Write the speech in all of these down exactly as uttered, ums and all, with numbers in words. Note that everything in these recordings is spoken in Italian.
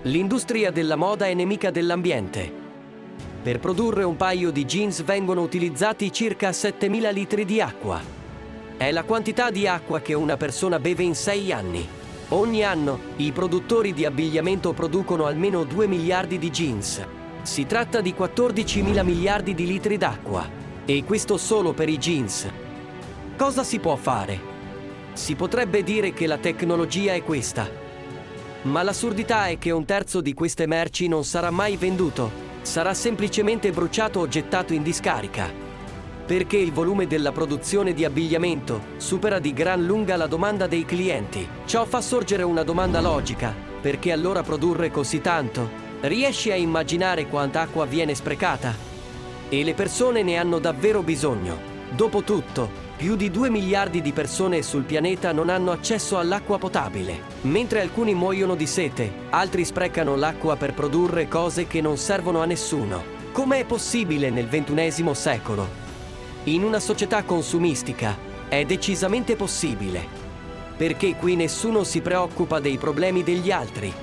L'industria della moda è nemica dell'ambiente. Per produrre un paio di jeans vengono utilizzati circa settemila litri di acqua. È la quantità di acqua che una persona beve in sei anni. Ogni anno, i produttori di abbigliamento producono almeno due miliardi di jeans. Si tratta di quattordicimila miliardi di litri d'acqua. E questo solo per i jeans. Cosa si può fare? Si potrebbe dire che la tecnologia è questa. Ma l'assurdità è che un terzo di queste merci non sarà mai venduto. Sarà semplicemente bruciato o gettato in discarica. Perché il volume della produzione di abbigliamento supera di gran lunga la domanda dei clienti. Ciò fa sorgere una domanda logica. Perché allora produrre così tanto? Riesci a immaginare quanta acqua viene sprecata? E le persone ne hanno davvero bisogno. Dopotutto, più di due miliardi di persone sul pianeta non hanno accesso all'acqua potabile. Mentre alcuni muoiono di sete, altri sprecano l'acqua per produrre cose che non servono a nessuno. Come è possibile nel ventunesimo secolo? In una società consumistica è decisamente possibile. Perché qui nessuno si preoccupa dei problemi degli altri.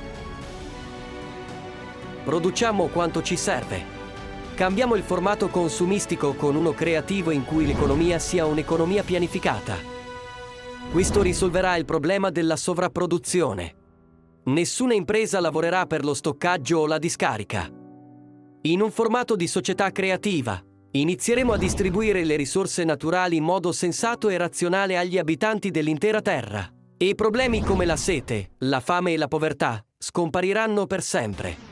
Produciamo quanto ci serve. Cambiamo il formato consumistico con uno creativo in cui l'economia sia un'economia pianificata. Questo risolverà il problema della sovrapproduzione. Nessuna impresa lavorerà per lo stoccaggio o la discarica. In un formato di società creativa, inizieremo a distribuire le risorse naturali in modo sensato e razionale agli abitanti dell'intera Terra. E problemi come la sete, la fame e la povertà scompariranno per sempre.